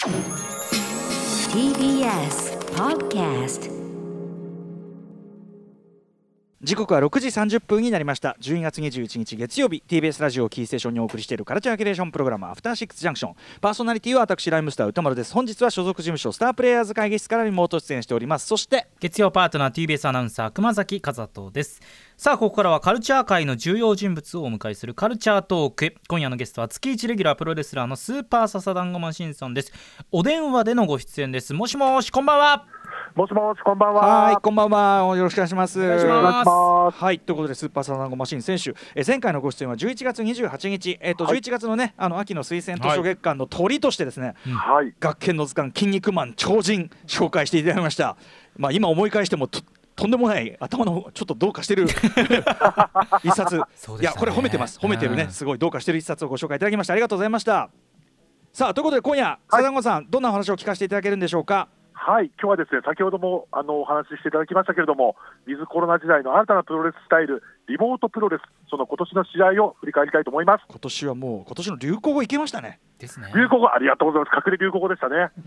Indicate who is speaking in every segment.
Speaker 1: TBS Podcast。
Speaker 2: 時刻は6時30分になりました。12月21日月曜日、 TBS ラジオをキーステーションにお送りしているカルチャーキュレーションプログラムアフターシックスジャンクション。パーソナリティは私ライムスター歌丸です。本日は所属事務所スタープレイヤーズ会議室からリモート出演しております。そして
Speaker 3: 月曜パートナー TBS アナウンサー熊崎和人です。さあここからはカルチャー界の重要人物をお迎えするカルチャートーク。今夜のゲストは月1レギュラープロレスラーのスーパーササダンゴマシンさんです。お電話でのご出演です。もしもし、こんばんは。
Speaker 4: もしもし、こんばんは。
Speaker 2: はい、こんばんは。よろしくお願いします。
Speaker 3: お願いします。
Speaker 2: はい、ということでスーパーササダンゴマシン選手、前回のご出演は11月28日、11月のね、秋の推薦図書月間の鳥としてですね、
Speaker 4: はい、
Speaker 2: 学研の図鑑筋肉マン超人紹介していただきました。今思い返してもとんでもない頭のちょっとどうかしてる一冊、いやこれ褒めてます、褒めてるね、すごいどうかしてる一冊をご紹介いただきました。ありがとうございました。さあということで今夜、サダンゴさんどんなお話を聞かせていただけるんでしょうか。
Speaker 4: はい、今日はですね、先ほどもお話ししていただきましたけれども、ウィズコロナ時代の新たなプロレススタイル、リモートプロレス、その今年の試合を振り返りたいと思います。
Speaker 2: 今年はもう今年の流行語いけましたね。
Speaker 3: ですね。
Speaker 4: 流行語ありがとうございます。隠れ流行語でしたね。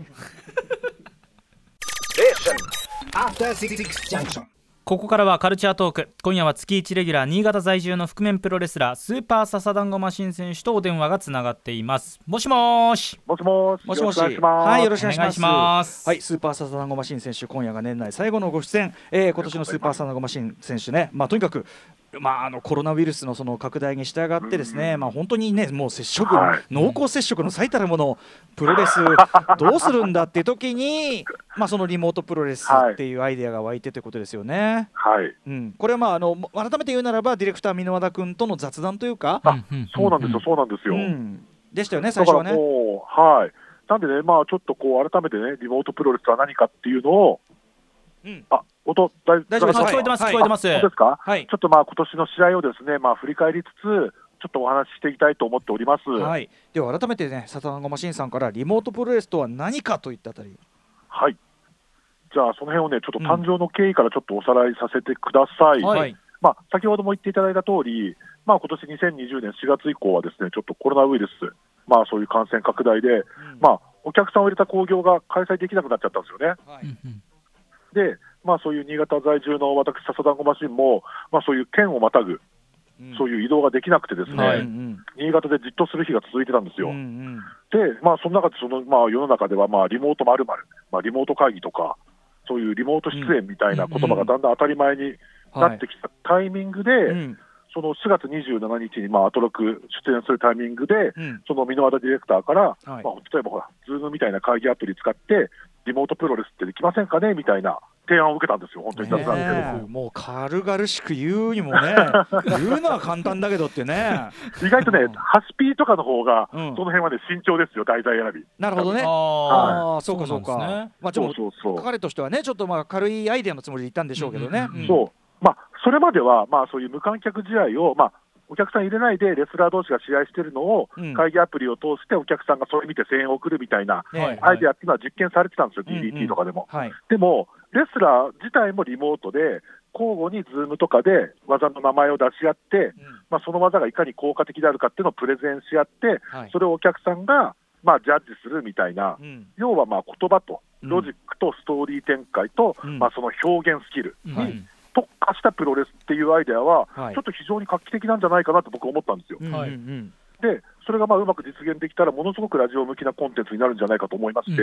Speaker 3: ここからはカルチャートーク。今夜は月1レギュラー新潟在住の覆面プロレスラースーパーササダンゴマシン選手とお電話がつながっています。もしもし。
Speaker 4: もしもし。
Speaker 2: もしもし。
Speaker 4: よろしくお願いします。
Speaker 2: はい、よろしくお願いします。
Speaker 3: はい、
Speaker 2: スーパーササダンゴマシン選手、今夜が年内最後のご出演。今年のスーパーササダンゴマシン選手ね、とにかくコロナウイルスのその拡大に従ってですね、本当にね、もう接触、濃厚接触の最たるもの、プロレスどうするんだっていう時に、そのリモートプロレスっていうアイデアが湧いてということですよね。
Speaker 4: はい。
Speaker 2: これは改めて言うならばディレクター箕輪田君との雑談というか、
Speaker 4: そうなんですよ、そうなんですよ。
Speaker 2: でしたよね、最初はね。
Speaker 4: はい。なんでね、ちょっと改めてね、リモートプロレスとは何かっていうのを、音大丈夫ですか？
Speaker 3: 聞こえてます、聞こえてます。
Speaker 4: そうですか？
Speaker 2: はい。
Speaker 4: ちょっと今年の試合をですね、振り返りつつ、ちょっとお話ししていきたいと思っております。
Speaker 2: はい。では改めてね、ササダンゴマシンさんからリモートプロレスとは何かといったあたり。
Speaker 4: はい。じゃあその辺をね、ちょっと誕生の経緯からちょっとおさらいさせてください。
Speaker 2: はい。
Speaker 4: 先ほども言っていただいた通り、今年2020年4月以降はですね、ちょっとコロナウイルス、そういう感染拡大で、お客さんを入れた興行が開催できなくなっちゃったんですよね。
Speaker 2: はい。
Speaker 4: で、そういう新潟在住の私、ササダンゴマシンも、そういう県をまたぐ、そういう移動ができなくてですね、新潟でじっとする日が続いてたんですよ。で、その中で世の中ではリモート〇〇、リモート会議とか、そういうリモート出演みたいな言葉がだんだん当たり前になってきたタイミングで、その4月27日にアトロク出演するタイミングで、その箕輪田ディレクターから、例えばズームみたいな会議アプリ使ってリモートプロレスってできませんかねみたいな提案を受けたんですよ。本当に雑談ですけど、
Speaker 2: もう軽々しく言うにもね言うのは簡単だけどってね
Speaker 4: 意外とね、ハシピーとかの方が、その辺はね慎重ですよ、題材選び。
Speaker 2: なるほどね。そうかそうか。彼としてはね、ちょっと軽いアイデアのつもりで言ったんでしょうけどね。
Speaker 4: それまでは、そういう無観客試合を、お客さん入れないでレスラー同士が試合してるのを、会議アプリを通してお客さんがそれ見て声援を送るみたいなアイデアっていうのは実験されてたんですよ、DDT とかでも。でも、レスラー自体もリモートで、交互にズームとかで技の名前を出し合って、その技がいかに効果的であるかっていうのをプレゼンし合って、それをお客さんがジャッジするみたいな、要は言葉とロジックとストーリー展開と、その表現スキルに特化したプロレスっていうアイデアは、ちょっと非常に画期的なんじゃないかなと僕は思ったんですよ。で、それがうまく実現できたら、ものすごくラジオ向きなコンテンツになるんじゃないかと思いまして、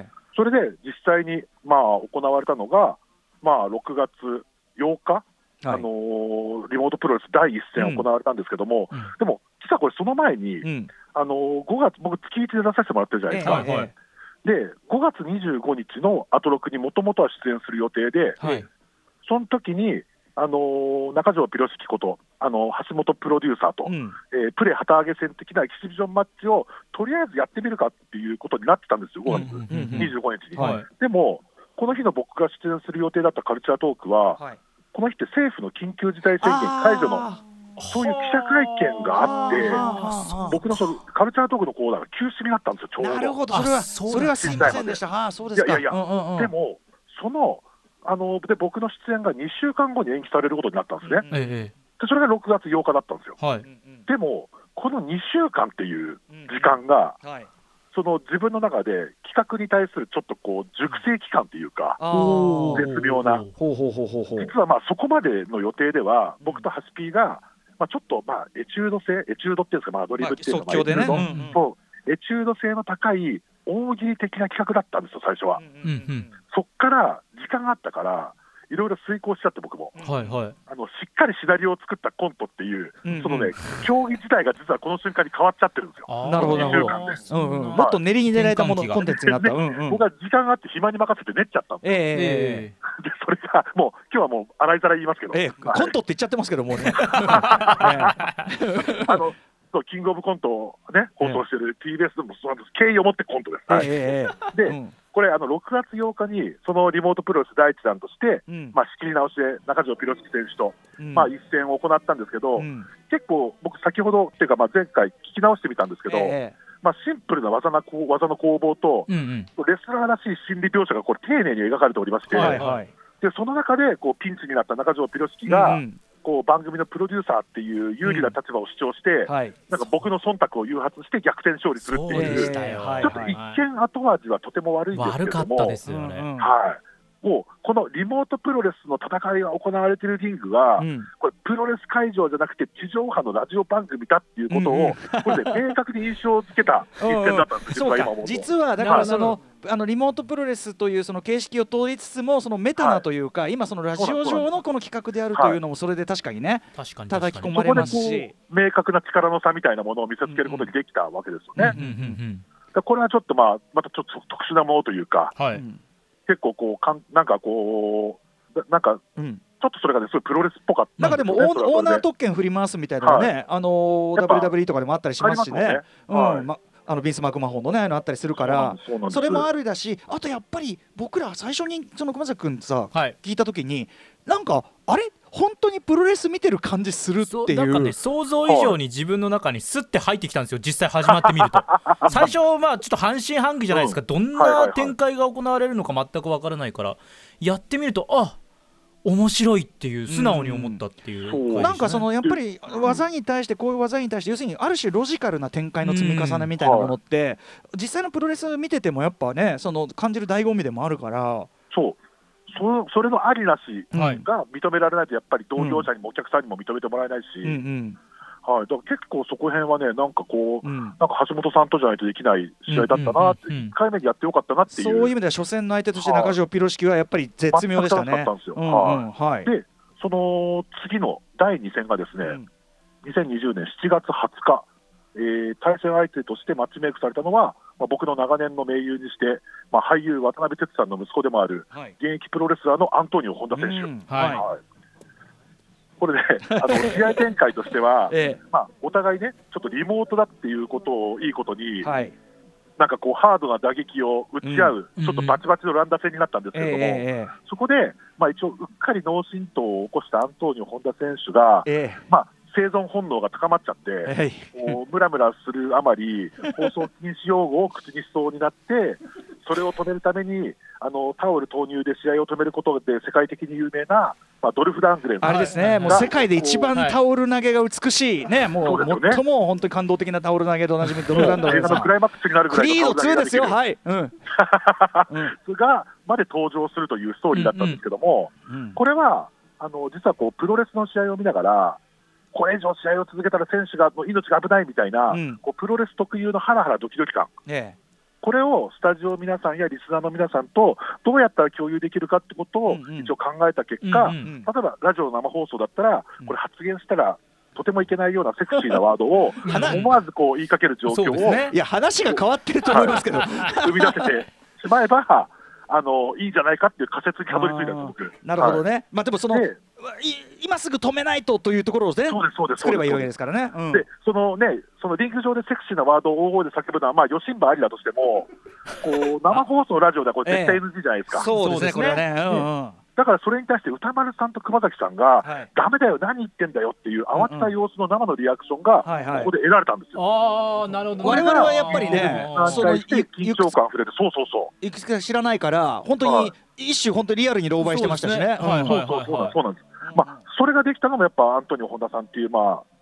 Speaker 4: それで実際に行われたのが、6月8日、リモートプロレス第一戦行われたんですけども、でも実はこれ、その前に、5月、僕、月1で出させてもらってるじゃないですか。で、5月25日のアトロクにもともとは出演する予定で、その時に中条ピロシキこと橋本プロデューサーと、プレ旗揚げ戦的なエキシビジョンマッチをとりあえずやってみるかっていうことになってたんですよ、5月25日に。でも、この日の僕が出演する予定だったカルチャートークは、この日って政府の緊急事態宣言解除のそういう記者会見があって、僕のそのカルチャートークのコーナーが休止になったんですよ、ちょうど。
Speaker 2: なるほど、それはすいませんでした。そうですか。
Speaker 4: でもで僕の出演が2週間後に延期されることになったんですね。でそれが6月8日だったんですよ。でもこの2週間っていう時間が、 その自分の中で企画に対するちょっとこう熟成期間というか、絶妙な、実はまあそこまでの予定では、僕とハシピーが、まあ、ちょっとまあエチュードっていうんですか、まあ、アドリブっていうのが、エチュード性の高い大喜利的な企画だったんですよ、最初は。そっから時間があったからいろいろ遂行しちゃって、僕も、しっかりシナリオを作ったコントっていう、そのね、競技自体が実はこの瞬間に変わっちゃってるんですよ。
Speaker 2: なるほど、もっと練りに練られたもの、コンテンツになった。
Speaker 4: 僕は時間があって暇に任せて練っちゃったんですよ。でそれがもう今日はもう洗いざらい言いますけど、
Speaker 2: コントって言っちゃってますけどもね。
Speaker 4: キングオブコントをね、放送してる TBS でもそうなんです。敬意を持ってコントです。で、これ6月8日にそのリモートプロレス第一弾として、まあ仕切り直しで中条ピロシキ選手と、まあ一戦を行ったんですけど、結構僕先ほどっていうか、まあ前回聞き直してみたんですけど、まあシンプルな技の攻防と、レスラーらしい心理描写がこれ丁寧に描かれておりまして、でその中でこうピンチになった中条ピロシキが、こう番組のプロデューサーっていう有利な立場を主張して、なんか僕の忖度を誘発して逆転勝利するっていう、ちょっと一見後味はとても悪いんですけども、もうこのリモートプロレスの戦いが行われているリングは、これプロレス会場じゃなくて地上波のラジオ番組だっていうことを、これで明確に印象づけた一戦だったんですよ。
Speaker 2: 実はだからそのリモートプロレスというその形式を通りつつも、そのメタなというか、今そのラジオ上のこの企画であるというのもそれで確かにね、叩き込まれますし、
Speaker 4: 明確な力の差みたいなものを見せつけることにできたわけですよね。これはちょっとまたちょっと特殊なものというか、結構こうなんかこうなんかちょっとそれがね、すごいプロレスっぽかった。
Speaker 2: なんかでもオーナー特権振り回すみたいなのがね、WWE とかでもあったりしますしね。ビンス・マクマホンのね、あったりするから、それもあるだし、あとやっぱり僕ら最初にその熊崎君さ、聞いた時になんかあれ本当にプロレス見てる感じするっていう、
Speaker 3: なんかね、想像以上に自分の中にスッて入ってきたんですよ、実際始まってみると。最初まあちょっと半信半疑じゃないですか、どんな展開が行われるのか全く分からないから、やってみると面白いっていう素直に思ったっていう、
Speaker 2: なんかそのやっぱり技に対して、こういう技に対して要するにある種ロジカルな展開の積み重ねみたいなものって、実際のプロレス見ててもやっぱね、その感じる醍醐味でもあるから、
Speaker 4: それのありなしが認められないと、やっぱり同業者にもお客さんにも認めてもらえないし、だから結構そこら辺はね、なんかこう、なんか橋本さんとじゃないとできない試合だったなって、1回目にやってよかったなっていう、
Speaker 2: そういう意味では初戦の相手として中条ピロシキはやっぱり絶妙でしたね。
Speaker 4: で、その次の第2戦がですね、2020年7月20日、対戦相手としてマッチメイクされたのは、僕の長年の盟友にして、俳優渡辺哲さんの息子でもある、現役プロレスラーのアントニオ本田選手。これね、試合展開としては、お互いね、ちょっとリモートだっていうことをいいことに、なんかこうハードな打撃を打ち合う、ちょっとバチバチの乱打戦になったんですけれども、そこで、一応うっかり脳震盪を起こしたアントニオ本田選手が、生存本能が高まっちゃって、ムラムラするあまり放送禁止用語を口にしそうになって、それを止めるためにタオル投入で試合を止めることで世界的に有名な、ドルフ・ダングレン、
Speaker 2: あれですね、もう世界で一番タオル投げが美しい、ね、もう最も本当に感動的なタオル投げでおなじみドルフ・ダングレンさん、
Speaker 4: クライマックスになるぐらい
Speaker 2: クリード2ですよ、
Speaker 4: がまで登場するというストーリーだったんですけども、これは実はこうプロレスの試合を見ながら、これ以上試合を続けたら選手が命が危ないみたいな、こうプロレス特有のハラハラドキドキ感、これをスタジオ皆さんやリスナーの皆さんとどうやったら共有できるかってことを一応考えた結果、例えばラジオの生放送だったら、これ発言したらとてもいけないようなセクシーなワードを思わずこう言いかける状況を、
Speaker 2: いや話が変わってると思いますけど
Speaker 4: 生み出せてしまえばいいんじゃないかっていう仮説にたどり着いたんです僕。
Speaker 2: なるほどね、でもその今すぐ止めないとというところをね作ればいいわけですからね。
Speaker 4: でそのリング上でセクシーなワードを大声で叫ぶのは余震場ありだとしても、こう生放送ラジオではこれ絶対 NG じゃないですか。
Speaker 2: そうですね、これはね。
Speaker 4: だからそれに対して歌丸さんと熊崎さんが、ダメだよ何言ってんだよっていう慌てた様子の生のリアクションがここで得られたんですよ。
Speaker 3: なるほど。
Speaker 2: 我々はやっぱりね、
Speaker 4: その緊張感あふれて、
Speaker 2: いくつか知らないから本当に一種本当にリアルに狼狽してましたしね。
Speaker 4: そうなんです。それができたのもやっぱアントニオ本田さんっていう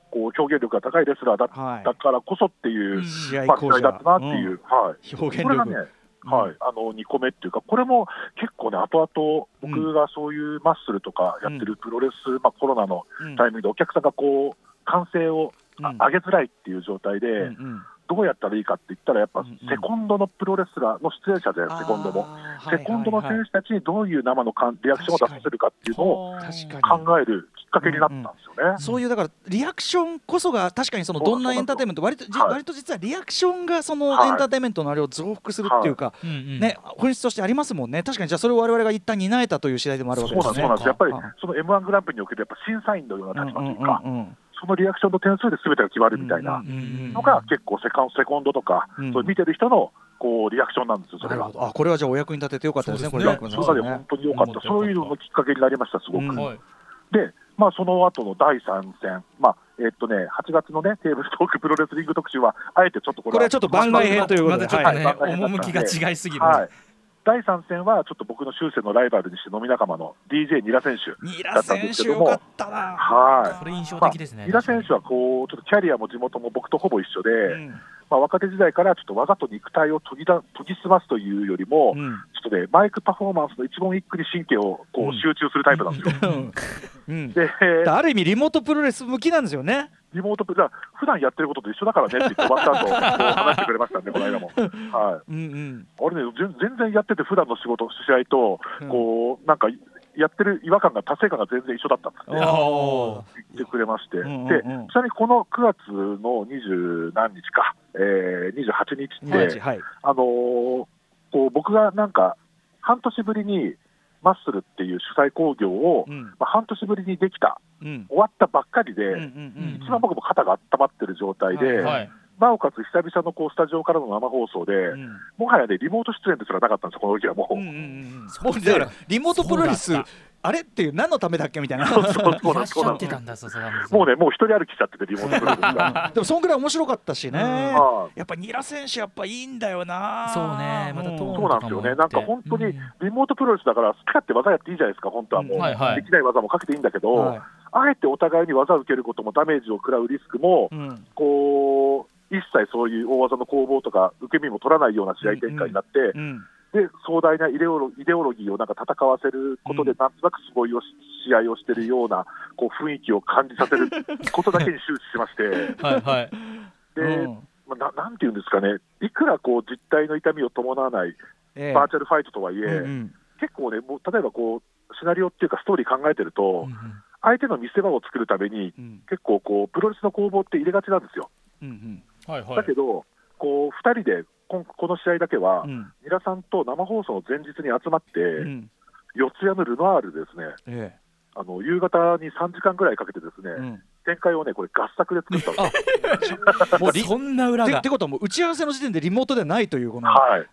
Speaker 4: こう表現力が高いレスラーだったからこそっていう、試合だったなっていう、
Speaker 2: 表現力、
Speaker 4: これがね、2個目っていうか、これも結構ね、後々、僕がそういうマッスルとかやってるプロレス、コロナのタイミングでお客さんがこう歓声を上げづらいっていう状態で、どうやったらいいかって言ったら、やっぱセコンドのプロレスラーの出演者で、セコンドも、セコンドの選手たちにどういう生のリアクションを出させるかっていうのを考えるきっかけになったんですよね。
Speaker 2: そういうだからリアクションこそが確かにそのどんなエンターテインメント、割と実はリアクションがそのエンターテインメントのあれを増幅するっていうか、ね、本質としてありますもんね。確かにじゃあそれを我々が一旦担えたという試合でもあるわけですね。
Speaker 4: そうなんです。やっぱりその M1 グランプリにおけるやっぱ審査員のような立場というか、そのリアクションの点数で全てが決まるみたいなのが結構セコンドとか、そう見てる人のこうリアクションなんですよ、それが。
Speaker 2: これはじゃあお役に立ててよかったですね。
Speaker 4: これは本当によかった。そういうののきっかけになりました、すごく。で、その後の第3戦、8月のね、テーブルトークプロレスリング特集は、あえてちょっとこれは
Speaker 2: ちょっと番外編ということで、
Speaker 3: 趣が違いすぎる。
Speaker 4: 第3戦はちょっと僕の終戦のライバルにして飲み仲間の DJ ニラ選手だったんですけども、
Speaker 2: よかったな。
Speaker 3: これ印象的ですね。
Speaker 4: ニラ選手はこうちょっとキャリアも地元も僕とほぼ一緒で、若手時代からちょっとわざと肉体を研ぎ澄ますというよりも、ちょっとねマイクパフォーマンスの一言一句に神経をこう集中するタイプなんですよ。
Speaker 2: で、ある意味リモートプロレス向きなんですよね。
Speaker 4: リモートプロレス普段やってることと一緒だからねって言って終わった後こう話してくれましたんで、この間も。あれね、全然やってて普段の仕事試合とこうなんかやってる違和感が達成感が全然一緒だったんですね。言ってくれまして、でちなみにこの9月の20何日か、28日って、こう僕がなんか半年ぶりにマッスルっていう主催興行を、半年ぶりにできた、終わったばっかりで、一番僕も肩が温まってる状態で、なおかつ久々のこうスタジオからの生放送で、もはやねリモート出演ですらなかったんですよ、この時はもう。
Speaker 2: だからリモートプロレスあれっていう何のためだっけみたいな。
Speaker 4: もうね、もう一人歩きしちゃっててリモートプロレスが。
Speaker 2: でもそんぐらい面白かったしね。やっぱニラ選手やっぱいいんだよな。
Speaker 3: そうね、またトーン
Speaker 4: そうなんですよね。なんか本当にリモートプロレスだから好き勝手技やっていいじゃないですか。本当はもうできない技もかけていいんだけど、あえてお互いに技を受けることもダメージを食らうリスクもこう一切そういう大技の攻防とか受け身も取らないような試合展開になって。で壮大なイデオロギーをなんか戦わせることで、なんとなくすごい試合をしているようなこう雰囲気を感じさせることだけに終始しましてで、なんていうんですかね、いくらこう実体の痛みを伴わないバーチャルファイトとはいえ、結構ね、もう例えばこうシナリオっていうかストーリー考えてると、相手の見せ場を作るために、結構こうプロレスの攻防って入れがちなんですよ。だけどこう2人でこの試合だけは、ニラさんと生放送の前日に集まって、四谷のルノアールですね、夕方に3時間ぐらいかけてですね、展開をね、これ合作で作ったんです
Speaker 3: よ。そんな裏が。
Speaker 2: ってことはもう打ち合わせの時点でリモートではないというこの。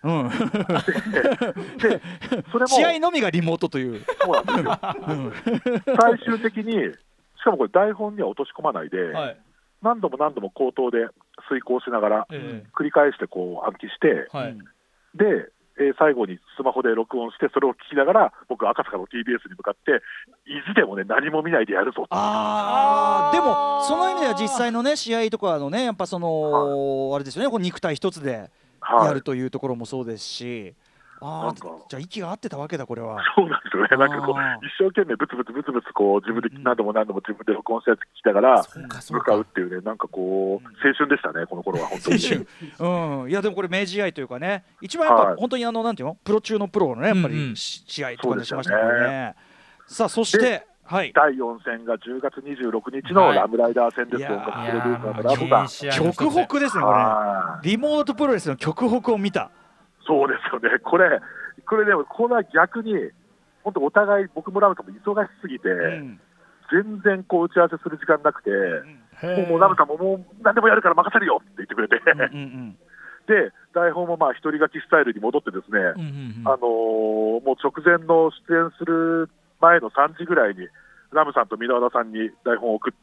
Speaker 2: でそれも試合のみがリモートという。
Speaker 4: そうなんですよ。最終的にしかもこれ台本には落とし込まないで。何度も口頭で遂行しながら繰り返してこう暗記して、で、最後にスマホで録音してそれを聞きながら僕赤坂の TBS に向かって意地でもね何も見ないでやるぞ。
Speaker 2: でもその意味では実際のね試合とかのねやっぱその、あれですよね、この肉体一つでやるというところもそうですし。じゃあ息が合ってたわけだこれは。
Speaker 4: そうなんですよね。なんかこう一生懸命ブツブツこう自分で何度も自分で録音したやつ聞きながら向かうっていうね、なんかこう青春でしたねこの頃は本当に。
Speaker 2: 青春。いやでもこれ明治愛というかね、一番やっぱ本当になんていうのプロ中のプロのねやっぱり試合とかでしましたからね。さあそして
Speaker 4: 第4戦が10月26日のラムライダー戦です。音楽プロデューサーのラムが
Speaker 2: 極北ですねこれ。リモートプロレスの極北を見た。
Speaker 4: そうですよね。これね、これは逆に本当お互い僕もラムさんも忙しすぎて、全然こう打ち合わせする時間なくて、もうラムさんももう何でもやるから任せるよって言ってくれて、で台本も一人書きスタイルに戻ってですね、もう直前の出演する前の3時ぐらいにラムさんと箕輪田さんに台本を送って、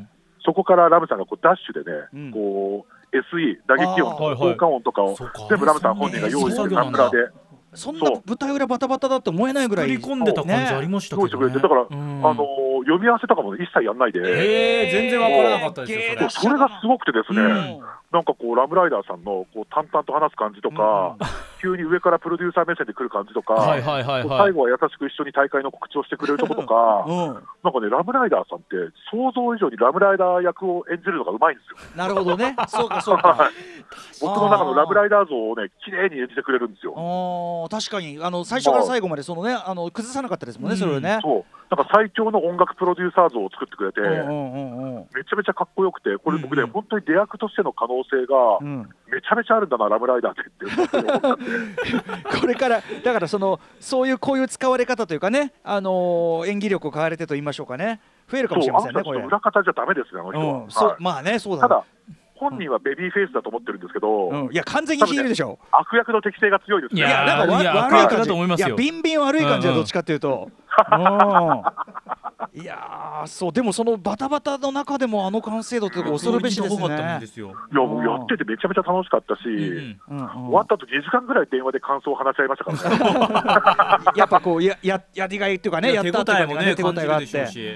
Speaker 4: そこからラムさんがこうダッシュでね、こうSE 打撃音と効果音とかを全部ラムさん本人が用意してサンプラーで、
Speaker 2: そんな舞台裏バタバタだって思えないぐらい
Speaker 3: 作り込んでた感じありましたけどね。
Speaker 4: だから読み合わせとかも一切やんないで、
Speaker 3: 全然わからなかったですよ
Speaker 4: それがすごくてですね、なんかこうラムライダーさんのこう淡々と話す感じとか、急に上からプロデューサー目線で来る感じとか、最後は優しく一緒に大会の告知をしてくれるとことか、なんかね、ラムライダーさんって想像以上にラムライダー役を演じるのがうまいんですよ。
Speaker 2: なるほどね、そうかそうか
Speaker 4: 僕の中のラムライダー像をね、綺麗に演じてくれるんですよ。
Speaker 2: 確かに最初から最後までそのね、崩さなかったですもんね、それをね。
Speaker 4: そうなんか最強の音楽プロデューサー像を作ってくれて、めちゃめちゃかっこよくて、これ僕ね、本当に出役としての可能性がめちゃめちゃあるんだな、ラムライダーって
Speaker 2: これからだからそういうこういう使われ方というかね、演技力を買われてと言いましょうかね、増えるかもしれませんね。これ裏
Speaker 4: 方じゃダメですね、あの人は。
Speaker 2: まあね、そうだね。
Speaker 4: ただ本人はベビーフェイスだと思ってるんですけど、
Speaker 2: いや完全にヒールでしょ。
Speaker 4: 悪役の適性が強いですね。
Speaker 3: いやなんか悪い感じだと思いますよ。いや
Speaker 2: ビンビン悪い感じだ、どっちかっていうと。いやそうでもそのバタバタの中でも完成度って恐るべしですね。い
Speaker 4: やもうやっててめちゃめちゃ楽しかったし、終わった後2時間ぐらい電話で感想を話し合いましたからね。
Speaker 2: やっぱこうやりがいっていうかね、やったっていうかね、手応えがあって。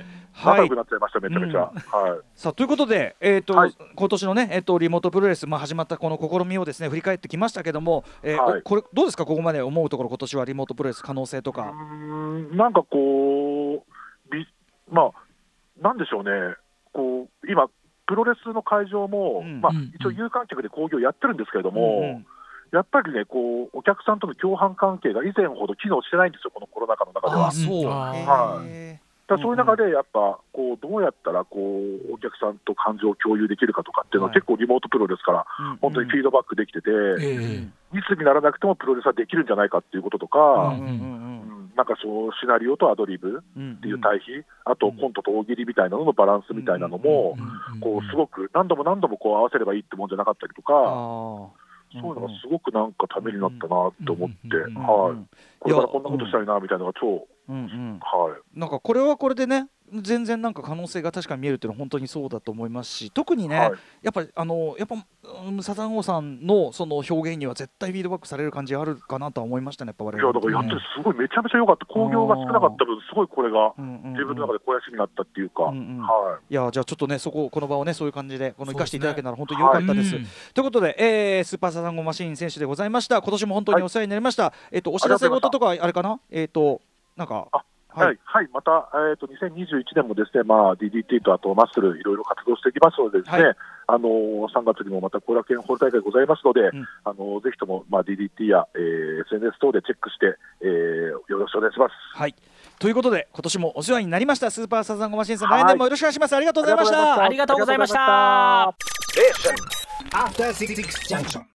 Speaker 4: 仲良くなっちゃいました、めちゃめちゃ。
Speaker 2: さあということで、今年のね、リモートプロレス、始まったこの試みをですね振り返ってきましたけども、これどうですか、ここまで思うところ、今年はリモートプロレス可能性とか。
Speaker 4: なんかこうなんでしょうね、こう今プロレスの会場も、一応有観客で興行やってるんですけれども、やっぱりね、こうお客さんとの共犯関係が以前ほど機能してないんですよ、このコロナ禍の中では。そういう中でやっぱこうどうやったらこうお客さんと感情を共有できるかとかっていうのは結構リモートプロレスから本当にフィードバックできてて、密にならなくてもプロレスはできるんじゃないかっていうこととか、なんかそうシナリオとアドリブっていう対比、あとコントと大喜利みたいなののバランスみたいなのもこうすごく何度もこう合わせればいいってもんじゃなかったりとか、そういうのがすごくなんかためになったなと思って、これからこんなことしたいなみたいなのが超
Speaker 2: なんかこれはこれでね、全然なんか可能性が確かに見えるっていうのは本当にそうだと思いますし、特にね、やっぱサザンオさんのその表現には絶対フィードバックされる感じあるかなとは思いましたね、やっぱ我々。
Speaker 4: いやだからやってすごいめちゃめちゃ良かった。興行が少なかった分すごいこれが自分の中で肥やしになったっていうか、
Speaker 2: いやじゃあちょっとね、この場をねそういう感じで生かしていただけたら本当に良かったです。ということで、スーパーサザンゴマシン選手でございました。今年も本当にお世話になりました。お知らせ事とかあれかな、なんか。
Speaker 4: また、2021年もですね、DDT とあとマッスルいろいろ活動していきますのでですね、3月にもまた後楽園ホール大会ございますので、ぜひとも、DDT や、SNS 等でチェックして、よろしくお願いします。
Speaker 2: ということで今年もお世話になりましたスーパーサザンゴマシンさん、来年もよろしくお願いします。ありがとうございました。
Speaker 3: ありがとうございました。